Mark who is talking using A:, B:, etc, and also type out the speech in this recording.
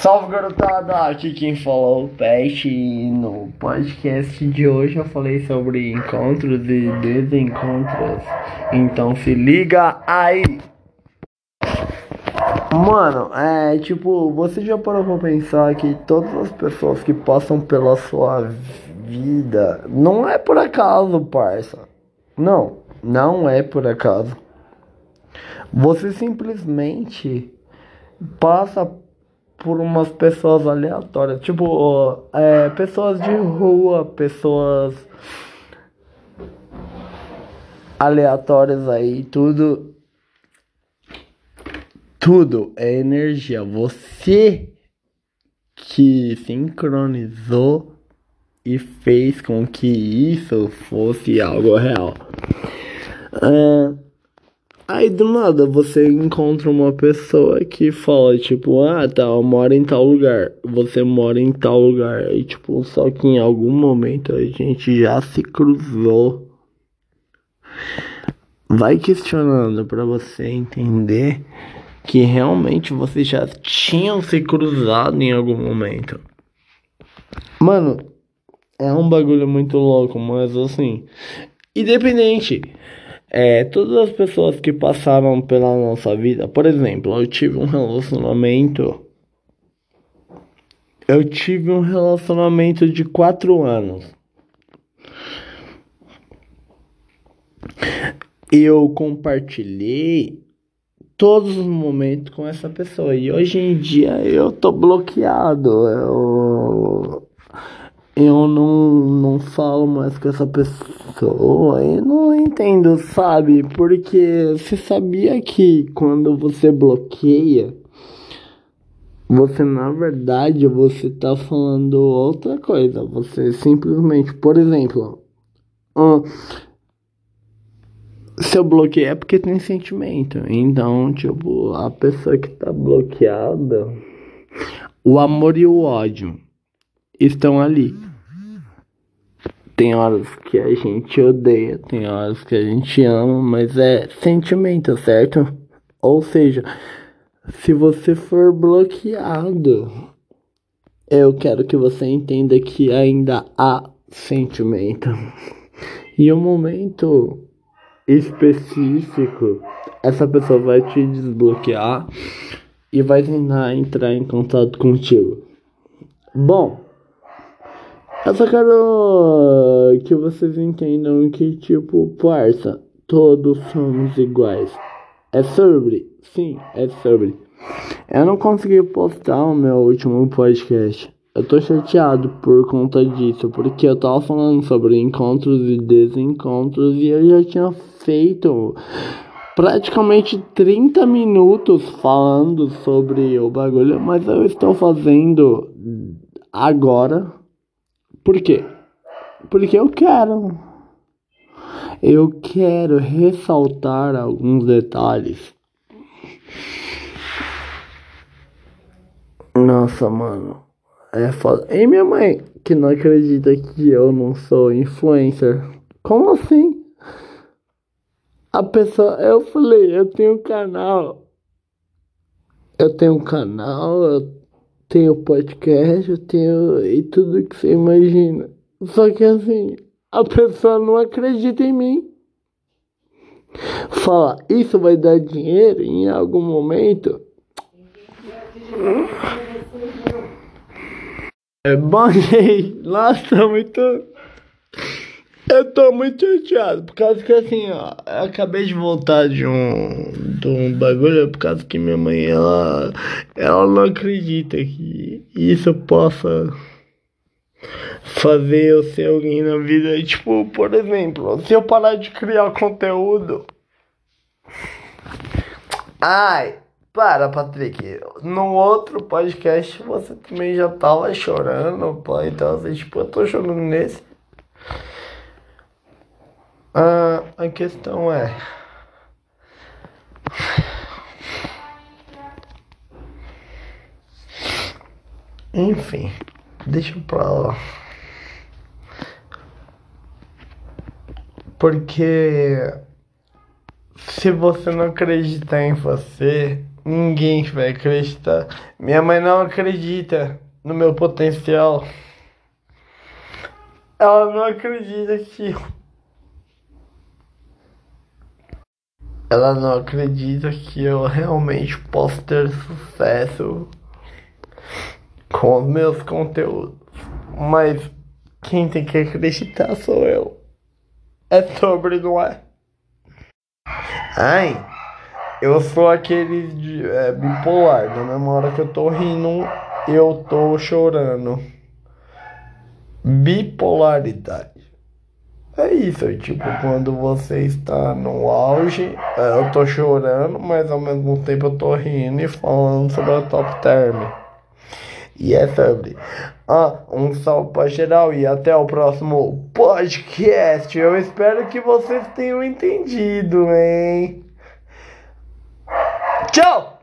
A: Salve garotada, aqui quem falou é o Pet e no podcast de hoje eu falei sobre encontros e desencontros, então se liga aí! Mano, você já parou pra pensar que todas as pessoas que passam pela sua vida não é por acaso, parça. Não é por acaso. Você simplesmente passa por umas pessoas aleatórias, pessoas de rua, pessoas aleatórias aí, tudo é energia. Você que sincronizou e fez com que isso fosse algo real. Aí do nada você encontra uma pessoa que fala, eu moro em tal lugar, você mora em tal lugar, e só que em algum momento a gente já se cruzou. Vai questionando pra você entender que realmente vocês já tinham se cruzado em algum momento. Mano, é um bagulho muito louco, mas assim, independente. Todas as pessoas que passaram pela nossa vida, por exemplo, eu tive um relacionamento de 4 anos. Eu compartilhei todos os momentos com essa pessoa e hoje em dia eu tô bloqueado. Eu não falo mais com essa pessoa. Eu não entendo, sabe? Porque você sabia que quando você bloqueia, na verdade, você tá falando outra coisa. Você simplesmente, por exemplo, se eu bloqueei é porque tem sentimento. Então, a pessoa que tá bloqueada, o amor e o ódio estão ali. Tem horas que a gente odeia, tem horas que a gente ama, mas é sentimento, certo? Ou seja, se você for bloqueado, eu quero que você entenda que ainda há sentimento. E um momento específico, essa pessoa vai te desbloquear e vai tentar entrar em contato contigo. Bom, eu só quero que vocês entendam que, parça, todos somos iguais. É sobre? Sim, é sobre. Eu não consegui postar o meu último podcast. Eu tô chateado por conta disso, porque eu tava falando sobre encontros e desencontros e eu já tinha feito praticamente 30 minutos falando sobre o bagulho, mas eu estou fazendo agora. Por quê? Porque eu quero. Eu quero ressaltar alguns detalhes. Nossa, mano. É foda. E minha mãe, que não acredita que eu não sou influencer. Como assim? Eu falei, eu tenho canal. Eu tenho podcast, eu tenho e tudo que você imagina. Só que assim, a pessoa não acredita em mim. Fala, isso vai dar dinheiro em algum momento? Bom, gente, eu tô muito chateado, por causa que assim, ó, eu acabei de voltar de um bagulho, por causa que minha mãe, ela não acredita que isso possa fazer eu ser alguém na vida. Por exemplo, se eu parar de criar conteúdo. Ai, para, Patrick. No outro podcast você também já tava chorando, pô. Então, assim, eu tô chorando nesse. A questão é. Enfim, deixa pra lá. Porque se você não acreditar em você, Ninguém vai acreditar. Minha mãe não acredita no meu potencial. Ela não acredita que. Ela não acredita que eu realmente posso ter sucesso com os meus conteúdos. Mas quem tem que acreditar sou eu. É sobre, não é? Ai, eu sou aquele bipolar. Na mesma hora que eu tô rindo, eu tô chorando. Bipolaridade. É isso, tipo, quando você está no auge, eu tô chorando, mas ao mesmo tempo eu tô rindo e falando sobre a Top Term. E é sobre. Um salve pra geral e até o próximo podcast. Eu espero que vocês tenham entendido, hein? Tchau!